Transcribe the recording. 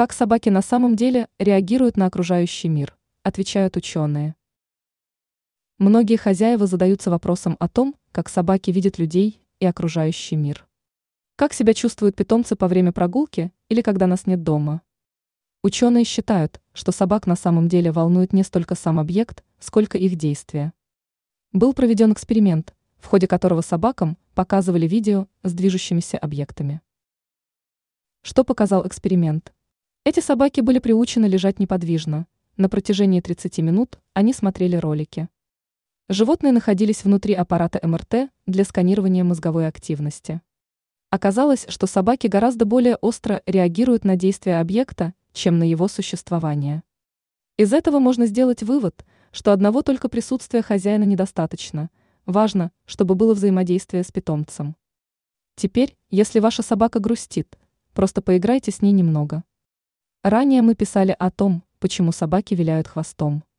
Как собаки на самом деле реагируют на окружающий мир, отвечают ученые. Многие хозяева задаются вопросом о том, как собаки видят людей и окружающий мир. Как себя чувствуют питомцы по время прогулки или когда нас нет дома? Ученые считают, что собак на самом деле волнует не столько сам объект, сколько их действия. Был проведен эксперимент, в ходе которого собакам показывали видео с движущимися объектами. Что показал эксперимент? Эти собаки были приучены лежать неподвижно. На протяжении 30 минут они смотрели ролики. Животные находились внутри аппарата МРТ для сканирования мозговой активности. Оказалось, что собаки гораздо более остро реагируют на действия объекта, чем на его существование. Из этого можно сделать вывод, что одного только присутствия хозяина недостаточно. Важно, чтобы было взаимодействие с питомцем. Теперь, если ваша собака грустит, просто поиграйте с ней немного. Ранее мы писали о том, почему собаки виляют хвостом.